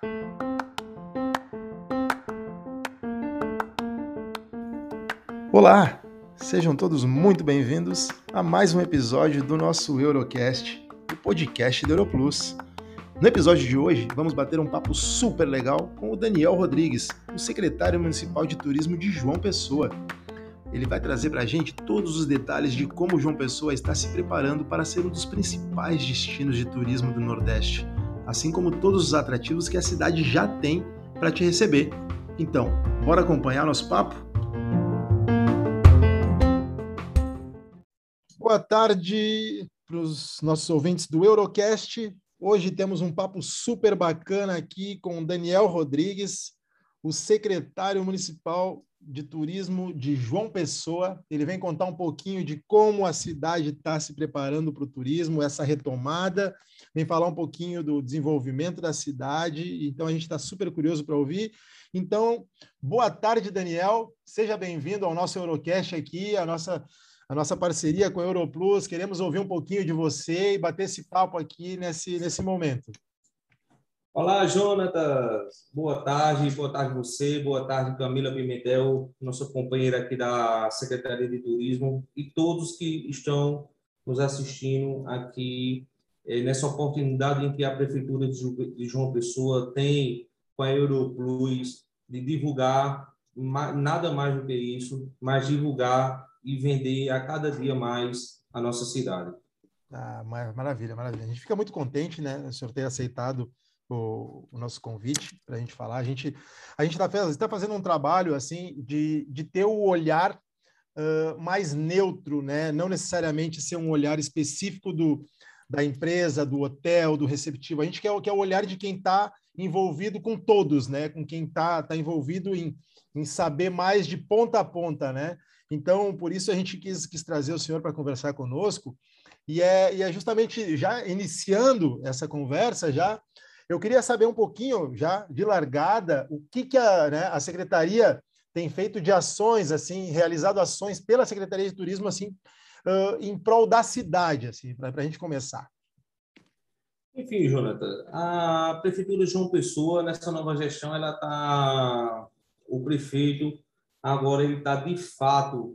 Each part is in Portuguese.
Olá, sejam todos muito bem-vindos a mais um episódio do nosso Eurocast, o podcast do Europlus. No episódio de hoje, vamos bater um papo super legal com o Daniel Rodrigues, o secretário municipal de turismo de João Pessoa. Ele vai trazer para a gente todos os detalhes de como João Pessoa está se preparando para ser um dos principais destinos de turismo do Nordeste, assim como todos os atrativos que a cidade já tem para te receber. Então, bora acompanhar nosso papo? Boa tarde para os nossos ouvintes do Eurocast. Hoje temos um papo super bacana aqui com o Daniel Rodrigues, o secretário municipal de turismo de João Pessoa. Ele vem contar um pouquinho de como a cidade está se preparando para o turismo, essa retomada, vem falar um pouquinho do desenvolvimento da cidade, então a gente está super curioso para ouvir. Então, boa tarde, Daniel, seja bem-vindo ao nosso Eurocast aqui, a nossa parceria com a Europlus. Queremos ouvir um pouquinho de você e bater esse papo aqui nesse momento. Olá, Jonatas. Boa tarde você, boa tarde, Camila Pimentel, nossa companheira aqui da Secretaria de Turismo e todos que estão nos assistindo aqui nessa oportunidade em que a Prefeitura de João Pessoa tem com a Europlus de divulgar, nada mais do que isso, mas divulgar e vender a cada dia mais a nossa cidade. Maravilha, maravilha. A gente fica muito contente, né, o senhor ter aceitado o nosso convite para a gente falar. A gente está fazendo um trabalho assim de ter o olhar mais neutro, né? Não necessariamente ser um olhar específico da empresa, do hotel, do receptivo. A gente quer o olhar de quem está envolvido com todos, né? Com quem está envolvido em saber mais de ponta a ponta, né? Então, por isso a gente quis trazer o senhor para conversar conosco. E é justamente já iniciando essa conversa, eu queria saber um pouquinho, já de largada, o que a Secretaria tem feito de ações, assim, realizado ações pela Secretaria de Turismo, assim, em prol da cidade, assim, para a gente começar. Enfim, Jonathan, a Prefeitura de João Pessoa, nessa nova gestão, o prefeito, agora ele está, de fato,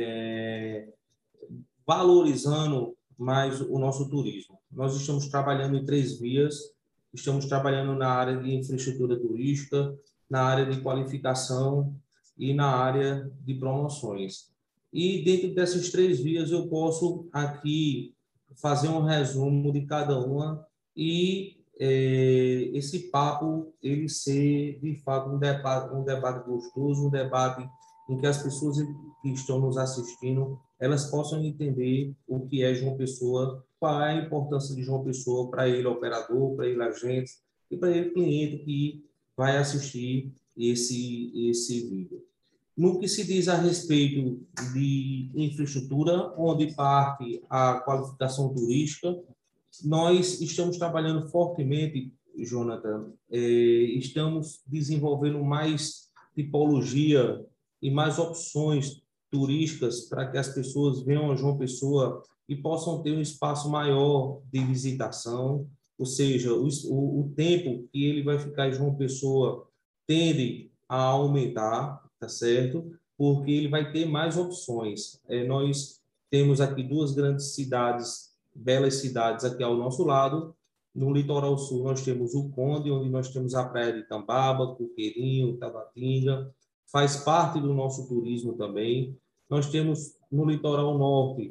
valorizando mais o nosso turismo. Nós estamos trabalhando em 3 vias. Estamos trabalhando na área de infraestrutura turística, na área de qualificação e na área de promoções. E dentro dessas 3 vias eu posso aqui fazer um resumo de cada uma e esse papo ele ser de fato um debate gostoso, um debate em que as pessoas que estão nos assistindo elas possam entender o que é João Pessoa, qual é a importância de João Pessoa para ele operador, para ele agente e para ele cliente que vai assistir esse vídeo. No que se diz a respeito de infraestrutura, onde parte a qualificação turística, nós estamos trabalhando fortemente, Jonathan, estamos desenvolvendo mais tipologia e mais opções turísticas para que as pessoas venham a João Pessoa e possam ter um espaço maior de visitação, ou seja, o tempo que ele vai ficar em João Pessoa tende a aumentar, tá certo? Porque ele vai ter mais opções. Nós temos aqui 2 grandes cidades, belas cidades aqui ao nosso lado. No litoral sul nós temos o Conde, onde nós temos a praia de Tambaba, Coqueirinho, Tabatinga, faz parte do nosso turismo também. Nós temos no litoral norte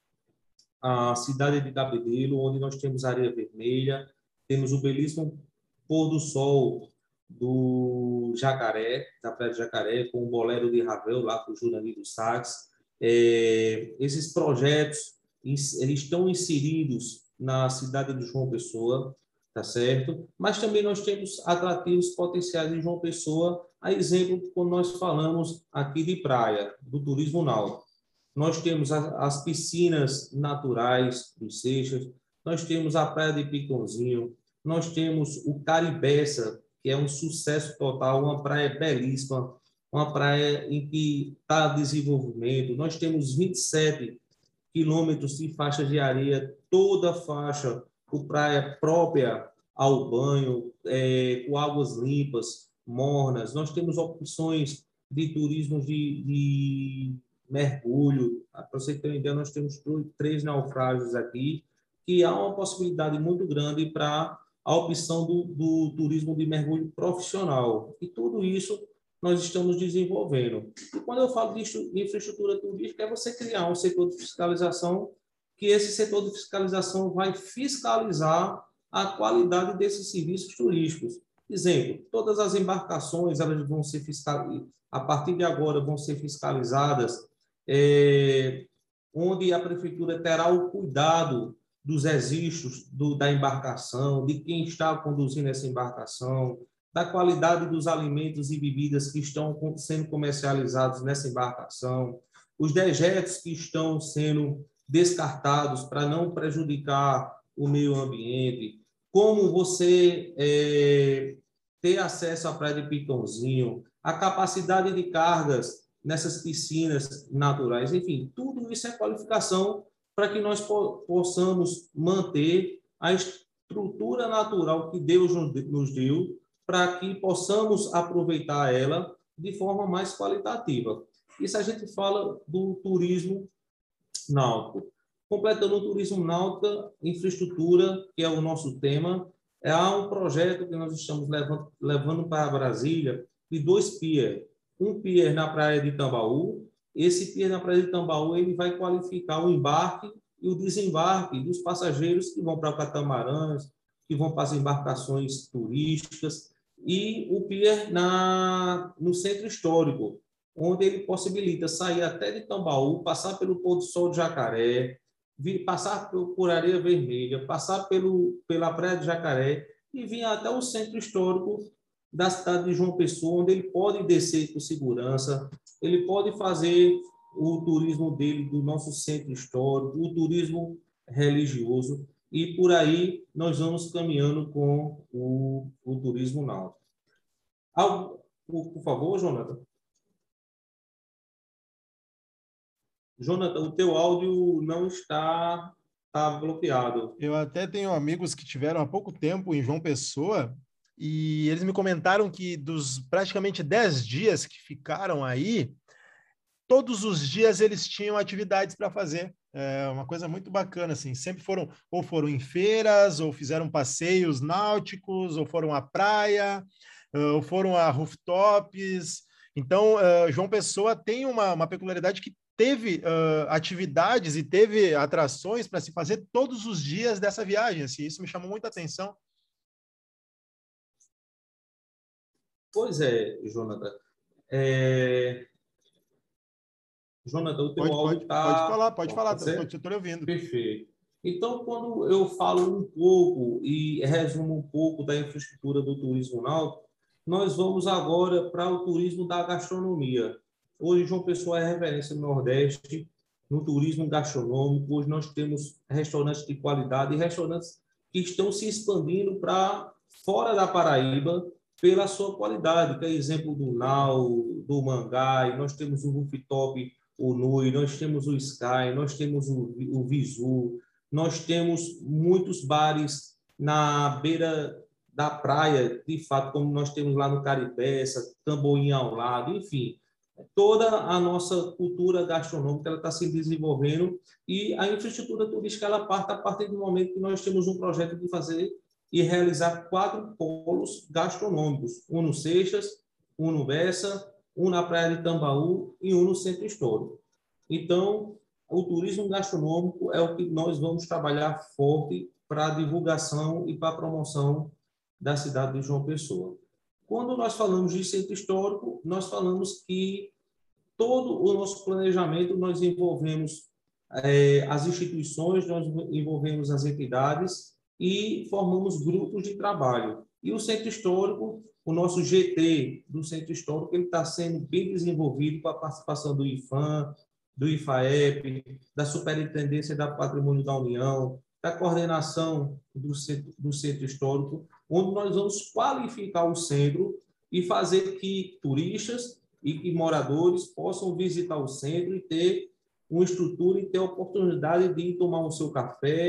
a cidade de Cabedelo, onde nós temos areia vermelha, temos o belíssimo pôr do sol do Jacaré, da Praia de Jacaré, com o Bolero de Ravel, lá com o Jurandir dos Sax. Esses projetos eles estão inseridos na cidade de João Pessoa, tá certo? Mas também nós temos atrativos potenciais em João Pessoa, a exemplo quando nós falamos aqui de praia, do turismo náutico. Nós temos as piscinas naturais dos Seixas, nós temos a praia de Piconzinho, nós temos o Caribeça, que é um sucesso total, uma praia belíssima, uma praia em que está desenvolvimento. Nós temos 27 quilômetros de faixa de areia, toda faixa com praia própria ao banho, com águas limpas, mornas. Nós temos opções de turismo de mergulho. Para você ter uma ideia, nós temos 3 naufrágios aqui, que há uma possibilidade muito grande para a opção do turismo de mergulho profissional. E tudo isso nós estamos desenvolvendo. E quando eu falo de infraestrutura turística, é você criar um setor de fiscalização, que esse setor de fiscalização vai fiscalizar a qualidade desses serviços turísticos. Exemplo, todas as embarcações, elas vão ser fiscalizadas, a partir de agora vão ser fiscalizadas, onde a prefeitura terá o cuidado dos registros da embarcação, de quem está conduzindo essa embarcação, da qualidade dos alimentos e bebidas que estão sendo comercializados nessa embarcação, os dejetos que estão sendo descartados para não prejudicar o meio ambiente, como você ter acesso à Praia de Pitãozinho, a capacidade de cargas nessas piscinas naturais, enfim, tudo isso é qualificação para que nós possamos manter a estrutura natural que Deus nos deu, para que possamos aproveitar ela de forma mais qualitativa. Isso a gente fala do turismo náutico. Completando o turismo náutico, infraestrutura, que é o nosso tema, há um projeto que nós estamos levando para Brasília de 2 piers. Um pier na praia de Tambaú. Esse pier na praia de Tambaú ele vai qualificar o embarque e o desembarque dos passageiros que vão para catamarãs, que vão para as embarcações turísticas, e o pier no centro histórico, onde ele possibilita sair até de Tambaú, passar pelo pôr do sol de Jacaré, passar por Areia Vermelha, passar pela Praia de Jacaré e vir até o centro histórico da cidade de João Pessoa, onde ele pode descer com segurança, ele pode fazer o turismo dele do nosso centro histórico, o turismo religioso, e por aí nós vamos caminhando com o turismo náutico. Por favor, Jonathan. Jonathan, o teu áudio não está bloqueado. Eu até tenho amigos que tiveram há pouco tempo em João Pessoa e eles me comentaram que dos praticamente 10 dias que ficaram aí, todos os dias eles tinham atividades para fazer. É uma coisa muito bacana, assim. Sempre foram em feiras, ou fizeram passeios náuticos, ou foram à praia, ou foram a rooftops. Então, João Pessoa tem uma peculiaridade que teve atividades e teve atrações para se fazer todos os dias dessa viagem. Assim, isso me chamou muita atenção. Pois é, Jonathan. Jonathan, o teu áudio está... Pode falar, estou ouvindo. Perfeito. Então, quando eu falo um pouco e resumo um pouco da infraestrutura do turismo náutico, nós vamos agora para o turismo da gastronomia. Hoje, João Pessoa é referência no Nordeste, no turismo gastronômico. Hoje nós temos restaurantes de qualidade e restaurantes que estão se expandindo para fora da Paraíba pela sua qualidade, que é exemplo do Nau, do Mangai, nós temos o Rooftop, o Nui, nós temos o Sky, nós temos o Visu, nós temos muitos bares na beira da praia, de fato, como nós temos lá no Caripeça, Tamborim ao lado, enfim. Toda a nossa cultura gastronômica ela está se desenvolvendo e a infraestrutura turística ela parte a partir do momento que nós temos um projeto de fazer e realizar 4 polos gastronômicos, um no Seixas, um no Bessa, um na Praia de Tambaú e um no Centro Histórico. Então, o turismo gastronômico é o que nós vamos trabalhar forte para a divulgação e para a promoção da cidade de João Pessoa. Quando nós falamos de Centro Histórico, nós falamos que todo o nosso planejamento nós envolvemos as instituições, nós envolvemos as entidades e formamos grupos de trabalho. E o Centro Histórico, o nosso GT do Centro Histórico, ele está sendo bem desenvolvido com a participação do IFAM, do IFAEP, da Superintendência da Patrimônio da União, da coordenação do Centro Histórico, onde nós vamos qualificar o centro e fazer que turistas e que moradores possam visitar o centro e ter uma estrutura e ter a oportunidade de ir tomar o seu café,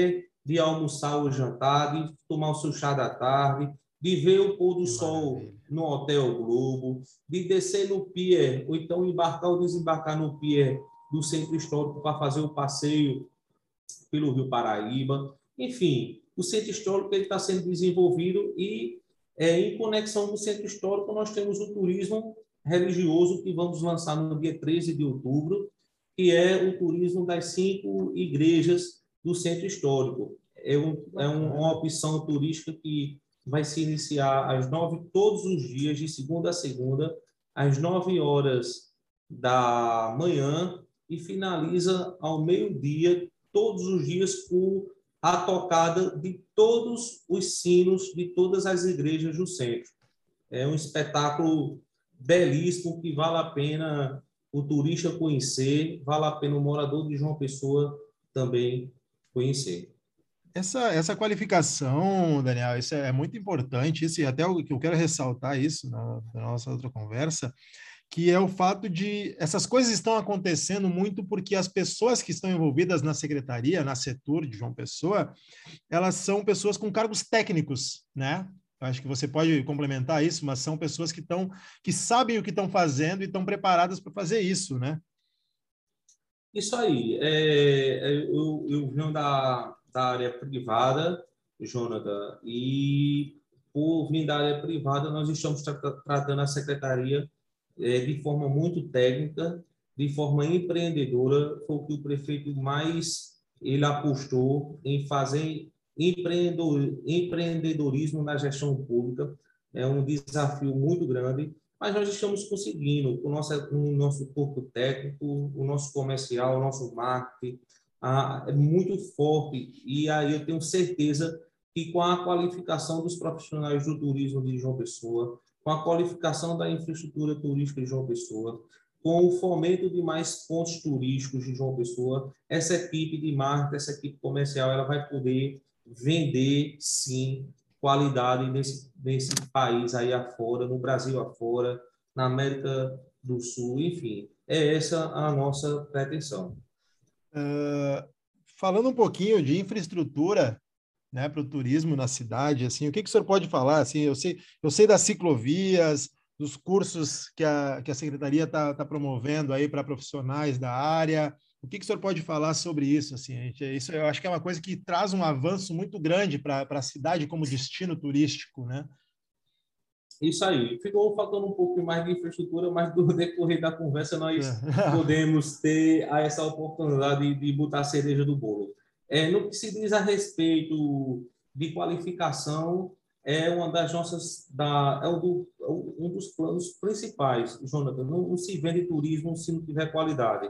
de almoçar ou jantar, de tomar o seu chá da tarde, de ver o pôr do Que sol maravilha. no Hotel Globo, de descer no pier, ou então embarcar ou desembarcar no pier do Centro Histórico para fazer o passeio pelo Rio Paraíba. Enfim, o Centro Histórico está sendo desenvolvido e, em conexão com o Centro Histórico, nós temos o turismo religioso que vamos lançar no dia 13 de outubro, que é o turismo das 5 igrejas do Centro Histórico. Uma opção turística que vai se iniciar às 9 todos os dias, de segunda a segunda, às 9 horas da manhã e finaliza ao meio-dia, todos os dias, com a tocada de todos os sinos de todas as igrejas do centro. É um espetáculo belíssimo que vale a pena o turista conhecer, vale a pena o morador de João Pessoa também conhecer. Essa qualificação, Daniel, isso é muito importante, isso, e até eu quero ressaltar isso na nossa outra conversa, que é o fato de essas coisas estão acontecendo muito porque as pessoas que estão envolvidas na secretaria, na Setur de João Pessoa, elas são pessoas com cargos técnicos, né? Acho que você pode complementar isso, mas são pessoas que sabem o que estão fazendo e estão preparadas para fazer isso, né? Isso aí. Eu venho da área privada, Jonathan, e por vir da área privada, nós estamos tratando a secretaria de forma muito técnica, de forma empreendedora. Foi o que o prefeito mais ele apostou em fazer empreendedorismo na gestão pública. É um desafio muito grande, mas nós estamos conseguindo, o nosso corpo técnico, o nosso comercial, o nosso marketing, é muito forte. E aí eu tenho certeza que com a qualificação dos profissionais do turismo de João Pessoa, com a qualificação da infraestrutura turística de João Pessoa, com o fomento de mais pontos turísticos de João Pessoa, essa equipe de marketing, essa equipe comercial, ela vai poder vender, sim, qualidade nesse país aí afora, no Brasil afora, na América do Sul, enfim. É essa a nossa pretensão. Falando um pouquinho de infraestrutura, né, para o turismo na cidade, assim, o que o senhor pode falar? Assim, eu sei das ciclovias, dos cursos que a secretaria está promovendo aí para profissionais da área. O que o senhor pode falar sobre isso? Assim, isso eu acho que é uma coisa que traz um avanço muito grande para a cidade como destino turístico, né? Isso aí. Ficou faltando um pouco mais de infraestrutura, mas no decorrer da conversa nós podemos ter essa oportunidade de botar a cereja do bolo. No que se diz a respeito de qualificação, é uma das nossas, um dos planos principais, Jonathan. Não se vende turismo se não tiver qualidade.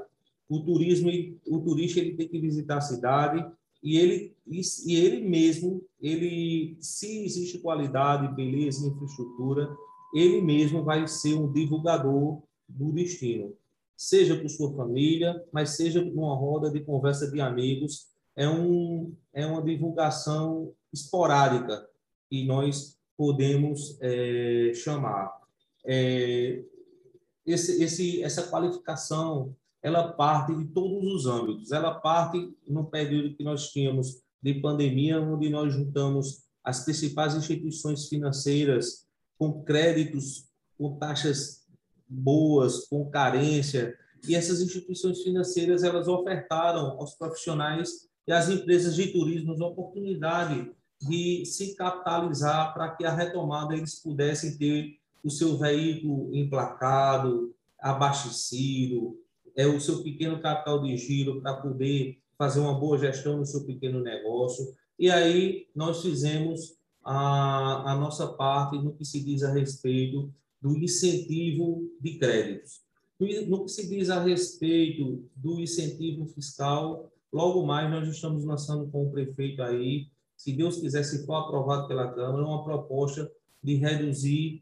O turista ele tem que visitar a cidade, e ele mesmo, se existe qualidade, beleza, infraestrutura, ele mesmo vai ser um divulgador do destino, seja por sua família, mas seja numa roda de conversa de amigos. É uma divulgação esporádica que nós podemos chamar. É, essa qualificação ela parte de todos os âmbitos. Ela parte no período que nós tínhamos de pandemia, onde nós juntamos as principais instituições financeiras com créditos, com taxas boas, com carência, e essas instituições financeiras elas ofertaram aos profissionais e às empresas de turismo a oportunidade de se capitalizar para que a retomada eles pudessem ter o seu veículo emplacado, abastecido, o seu pequeno capital de giro para poder fazer uma boa gestão no seu pequeno negócio. E aí nós fizemos a nossa parte no que se diz a respeito do incentivo de créditos. No que se diz a respeito do incentivo fiscal, logo mais nós estamos lançando com o prefeito aí, se Deus quiser, se for aprovado pela Câmara, uma proposta de reduzir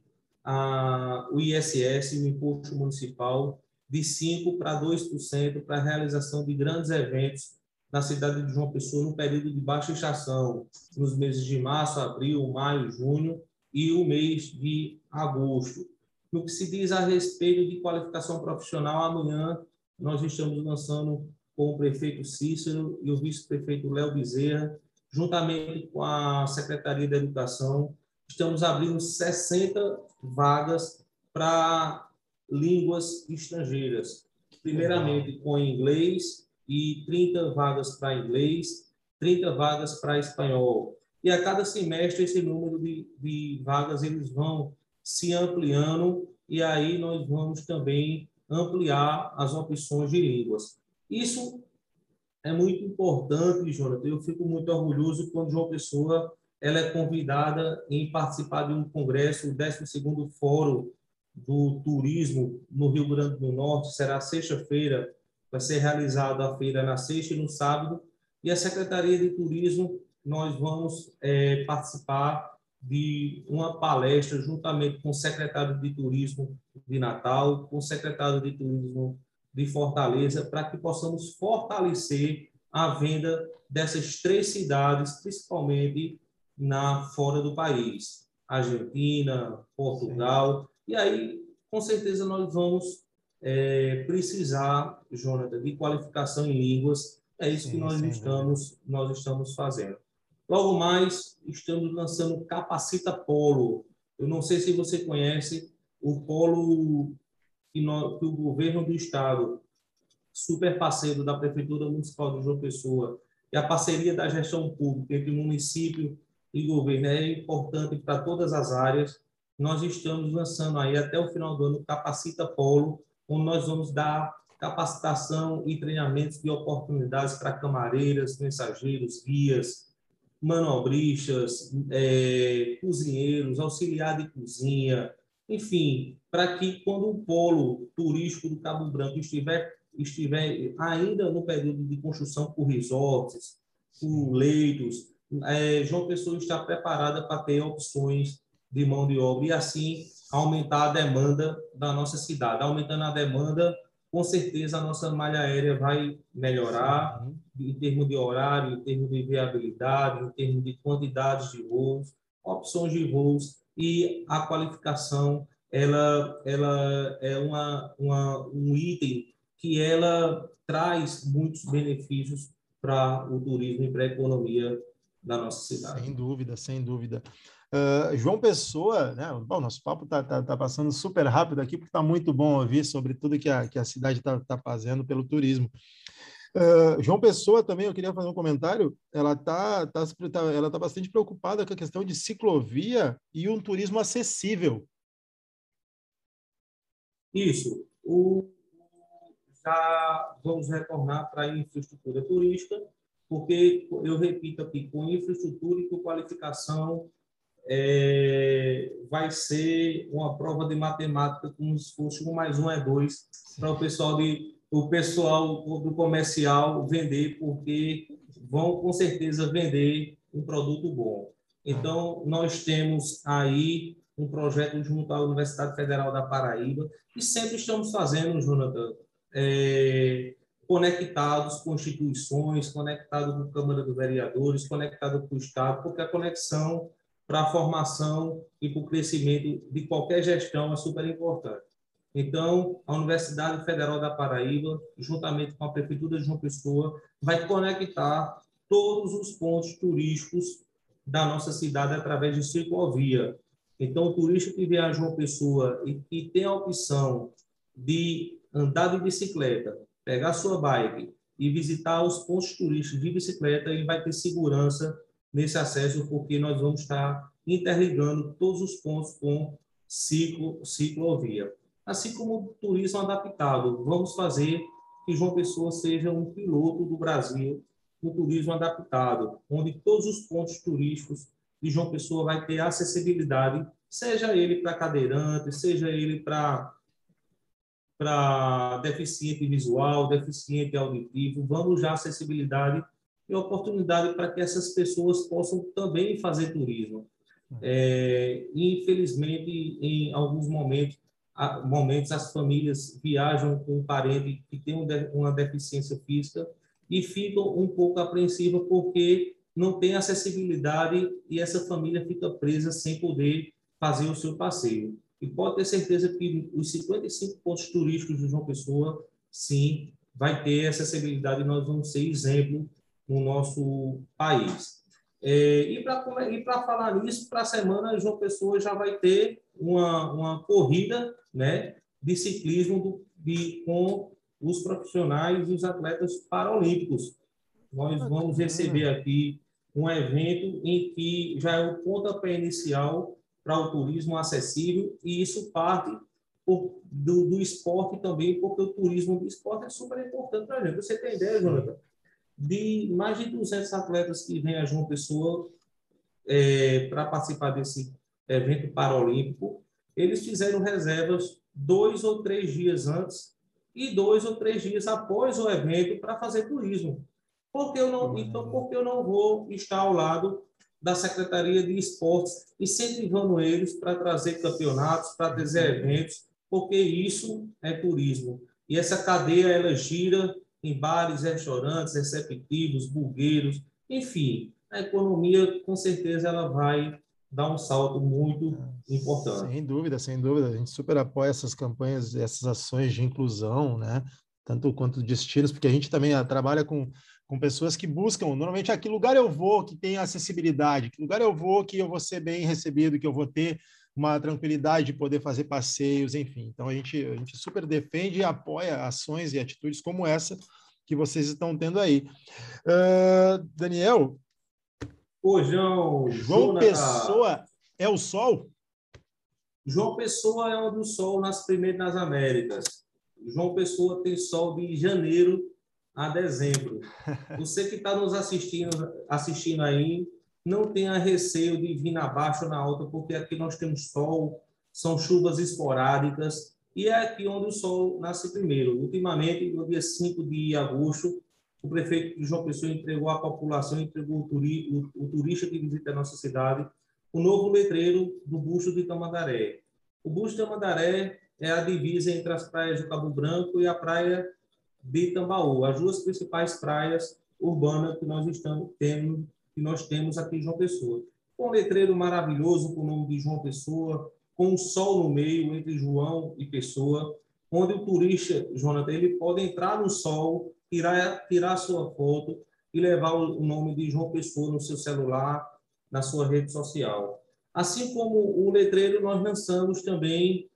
o ISS, o Imposto Municipal, de 5% para 2% para a realização de grandes eventos na cidade de João Pessoa no período de baixa estação, nos meses de março, abril, maio, junho e o mês de agosto. No que se diz a respeito de qualificação profissional, amanhã nós estamos lançando com o prefeito Cícero e o vice-prefeito Léo Bezerra, juntamente com a Secretaria da Educação, estamos abrindo 60 vagas para línguas estrangeiras, primeiramente com inglês, e 30 vagas para inglês, 30 vagas para espanhol. E a cada semestre esse número de vagas eles vão se ampliando, e aí nós vamos também ampliar as opções de línguas. Isso é muito importante, Jonathan. Eu fico muito orgulhoso quando João Pessoa ela é convidada em participar de um congresso, o 12º Fórum do Turismo no Rio Grande do Norte. Será sexta-feira, vai ser realizada a feira na sexta e no sábado. E a Secretaria de Turismo, nós vamos participar de uma palestra juntamente com o secretário de Turismo de Natal, com o secretário de Turismo de Fortaleza, para que possamos fortalecer a venda dessas 3 cidades, principalmente fora do país, Argentina, Portugal. Sim. E aí, com certeza, nós vamos precisar, Jonathan, de qualificação em línguas. É isso que nós estamos fazendo. Logo mais, estamos lançando o Capacita Polo. Eu não sei se você conhece o Polo que o governo do estado, super parceiro da Prefeitura Municipal de João Pessoa, e a parceria da gestão pública entre município e governo é importante para todas as áreas. Nós estamos lançando aí até o final do ano o Capacita Polo, onde nós vamos dar capacitação e treinamentos de oportunidades para camareiras, mensageiros, guias, manobristas, cozinheiros, auxiliar de cozinha, enfim, para que quando o polo turístico do Cabo Branco estiver ainda no período de construção por resorts, por leitos, João Pessoa está preparada para ter opções de mão de obra e assim aumentar a demanda da nossa cidade. Aumentando a demanda, com certeza a nossa malha aérea vai melhorar. Sim. Em termos de horário, em termos de viabilidade, em termos de quantidades de voos, opções de voos, e a qualificação ela é um item que ela traz muitos benefícios para o turismo e para a economia da nossa cidade. Sem dúvida, sem dúvida. João Pessoa, né? Bom, nosso papo tá passando super rápido aqui, porque está muito bom ouvir sobre tudo que a cidade está fazendo pelo turismo. João Pessoa também, eu queria fazer um comentário, ela tá bastante preocupada com a questão de ciclovia e um turismo acessível. Isso. Já vamos retornar para a infraestrutura turística, porque, eu repito aqui, com infraestrutura e com qualificação, vai ser uma prova de matemática como se fosse 1 mais 1 é 2 para o pessoal do comercial vender, porque vão com certeza vender um produto bom. Então, nós temos aí um projeto junto à Universidade Federal da Paraíba e sempre estamos fazendo, Jonathan, conectados com instituições, conectados com a Câmara dos Vereadores, conectados com o Estado, porque a conexão para a formação e para o crescimento de qualquer gestão é super importante. Então, a Universidade Federal da Paraíba, juntamente com a Prefeitura de João Pessoa, vai conectar todos os pontos turísticos da nossa cidade através de ciclovia. Então, o turista que viaja a João Pessoa e que tem a opção de andar de bicicleta, pegar sua bike e visitar os pontos turísticos de bicicleta, ele vai ter segurança nesse acesso, porque nós vamos estar interligando todos os pontos com ciclovia. Assim como o turismo adaptado, vamos fazer que João Pessoa seja um piloto do Brasil no turismo adaptado, onde todos os pontos turísticos de João Pessoa vai ter acessibilidade, seja ele para cadeirante, seja ele para deficiente visual, deficiente auditivo. Vamos dar acessibilidade e oportunidade para que essas pessoas possam também fazer turismo. Infelizmente, em alguns momentos as famílias viajam com um parente que tem uma deficiência física e ficam um pouco apreensivas porque não tem acessibilidade e essa família fica presa sem poder fazer o seu passeio. E pode ter certeza que os 55 pontos turísticos de João Pessoa, sim, vai ter acessibilidade e nós vamos ser exemplo no nosso país. E para falar nisso, para a semana, João Pessoa já vai ter uma corrida, né, de ciclismo com os profissionais e os atletas paralímpicos. Nós vamos receber aqui um evento em que já é o pontapé inicial para o turismo acessível, e isso parte do esporte também, porque o turismo do esporte é super importante para a gente. Você tem ideia, Jonathan, de mais de 200 atletas que vêm a João Pessoa para participar desse evento paralímpico? Eles fizeram reservas 2 ou 3 dias antes e 2 ou 3 dias após o evento para fazer turismo. Então, por que eu não vou estar ao lado da Secretaria de Esportes, incentivando eles para trazer campeonatos, para trazer eventos, porque isso é turismo. E essa cadeia, ela gira em bares, restaurantes, receptivos, burgueiros, enfim, a economia, com certeza, ela vai dar um salto muito importante. Sem dúvida, sem dúvida. A gente super apoia essas campanhas, essas ações de inclusão, né? Tanto quanto destinos, porque a gente também trabalha com pessoas que buscam, normalmente, a que lugar eu vou que tem acessibilidade, que lugar eu vou que eu vou ser bem recebido, que eu vou ter uma tranquilidade de poder fazer passeios, enfim. Então, a gente super defende e apoia ações e atitudes como essa que vocês estão tendo aí. Daniel? Ô, João Jonathan. Pessoa é o sol? João Pessoa é onde o sol nasce primeiro nas Américas. João Pessoa tem sol de janeiro a dezembro. Você que está nos assistindo aí, não tenha receio de vir na baixa ou na alta, porque aqui nós temos sol, são chuvas esporádicas, e é aqui onde o sol nasce primeiro. Ultimamente, no dia 5 de agosto, o prefeito de João Pessoa entregou à população, entregou o turista que visita a nossa cidade, o novo letreiro do Busto de Tamandaré. O Busto de Tamandaré é a divisa entre as praias de Cabo Branco e a praia de Tambaú, as duas principais praias urbanas que nós temos aqui em João Pessoa. Com um letreiro maravilhoso com o nome de João Pessoa, com um sol no meio entre João e Pessoa, onde o turista, Jonathan, ele pode entrar no sol, tirar sua foto e levar o nome de João Pessoa no seu celular, na sua rede social. Assim como o letreiro, nós lançamos também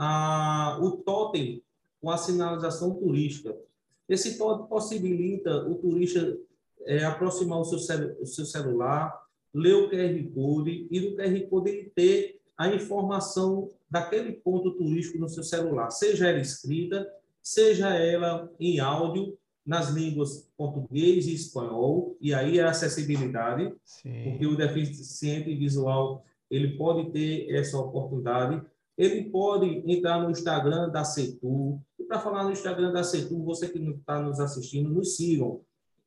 o totem com a sinalização turística. Esse totem possibilita o turista aproximar o seu celular, ler o QR Code, e no QR Code ele ter a informação daquele ponto turístico no seu celular, seja ela escrita, seja ela em áudio, nas línguas português e espanhol, e aí é a acessibilidade. Sim. Porque o deficiente visual ele pode ter essa oportunidade. Ele pode entrar no Instagram da CETUR. E para falar no Instagram da CETUR, você que está nos assistindo, nos sigam.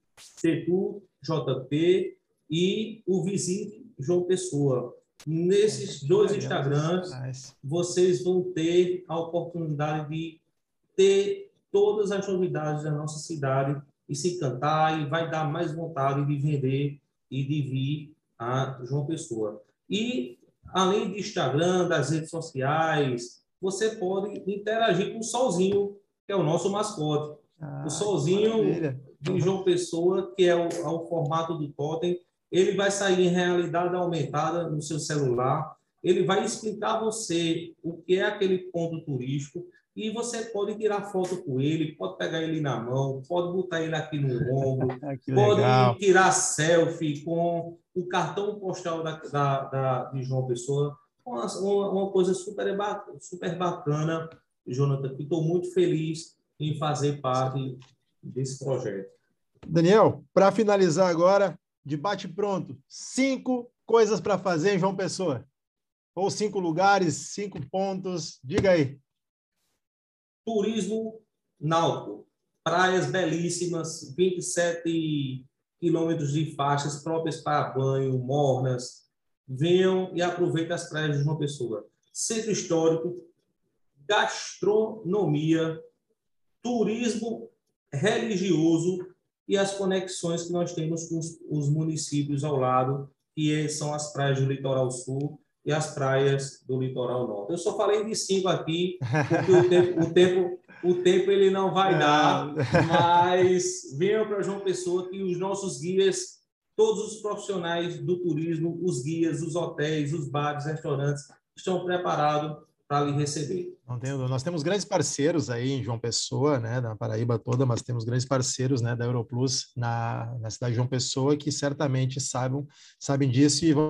CETUR JP e o Visite João Pessoa. Nesses dois Instagrams, vocês vão ter a oportunidade de ter todas as novidades da nossa cidade e se encantar, e vai dar mais vontade de vender e de vir a João Pessoa. E, além do Instagram, das redes sociais, você pode interagir com o Solzinho, que é o nosso mascote. O Solzinho de João Pessoa, que é o formato do totem, ele vai sair em realidade aumentada no seu celular, ele vai explicar a você o que é aquele ponto turístico, e você pode tirar foto com ele, pode pegar ele na mão, pode botar ele aqui no ombro, pode tirar selfie com o cartão postal de João Pessoa. Uma coisa super bacana, Jonathan, que estou muito feliz em fazer parte desse projeto. Daniel, para finalizar agora, de bate-pronto, 5 coisas para fazer em João Pessoa. Ou 5 lugares, 5 pontos, diga aí. Turismo náutico, praias belíssimas, 27 quilômetros de faixas próprias para banho, mornas. Venham e aproveitem as praias de João Pessoa. Centro histórico, gastronomia, turismo religioso e as conexões que nós temos com os municípios ao lado, que são as praias do Litoral Sul e as praias do Litoral Norte. Eu só falei de 5 aqui, porque o tempo ele não vai dar, mas venham para João Pessoa, que os nossos guias todos os profissionais do turismo, os guias, os hotéis, os bares, restaurantes, estão preparados para lhe receber. Nós temos grandes parceiros aí em João Pessoa, né, na Paraíba toda, mas temos grandes parceiros, né, da Europlus na cidade de João Pessoa que certamente sabem disso e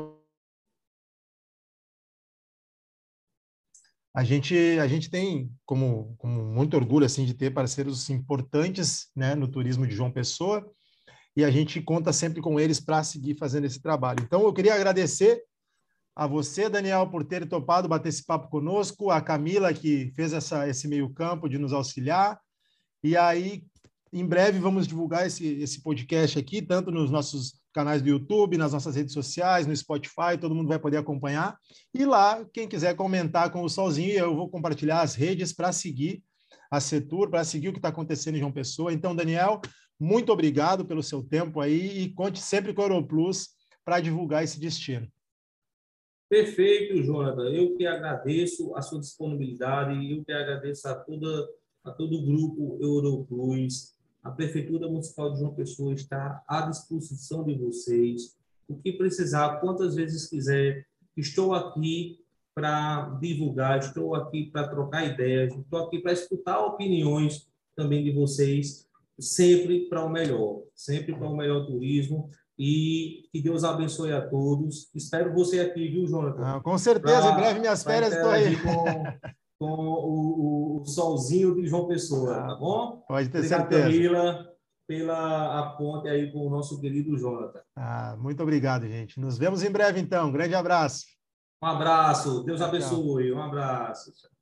a gente tem como muito orgulho assim de ter parceiros importantes, né, no turismo de João Pessoa e a gente conta sempre com eles para seguir fazendo esse trabalho. Então eu queria agradecer a você, Daniel, por ter topado bater esse papo conosco, a Camila, que fez esse meio-campo de nos auxiliar. E aí, em breve, vamos divulgar esse podcast aqui, tanto nos nossos canais do YouTube, nas nossas redes sociais, no Spotify, todo mundo vai poder acompanhar. E lá, quem quiser comentar com o Solzinho, eu vou compartilhar as redes para seguir a Setur, para seguir o que está acontecendo em João Pessoa. Então, Daniel, muito obrigado pelo seu tempo aí e conte sempre com a Europlus para divulgar esse destino. Perfeito, Jonathan. Eu que agradeço a sua disponibilidade, eu que agradeço a todo o grupo Europlus. A Prefeitura Municipal de João Pessoa está à disposição de vocês. O que precisar, quantas vezes quiser, estou aqui para divulgar, estou aqui para trocar ideias, estou aqui para escutar opiniões também de vocês, sempre para o melhor turismo. E que Deus abençoe a todos. Espero você aqui, viu, Jonathan? Com certeza, em breve minhas férias estou aí. Com o solzinho de João Pessoa, tá bom? Pode ter obrigado, certeza. Camila, pela a ponte aí com o nosso querido Jonathan. Muito obrigado, gente. Nos vemos em breve, então. Um grande abraço. Um abraço. Deus abençoe. Um abraço.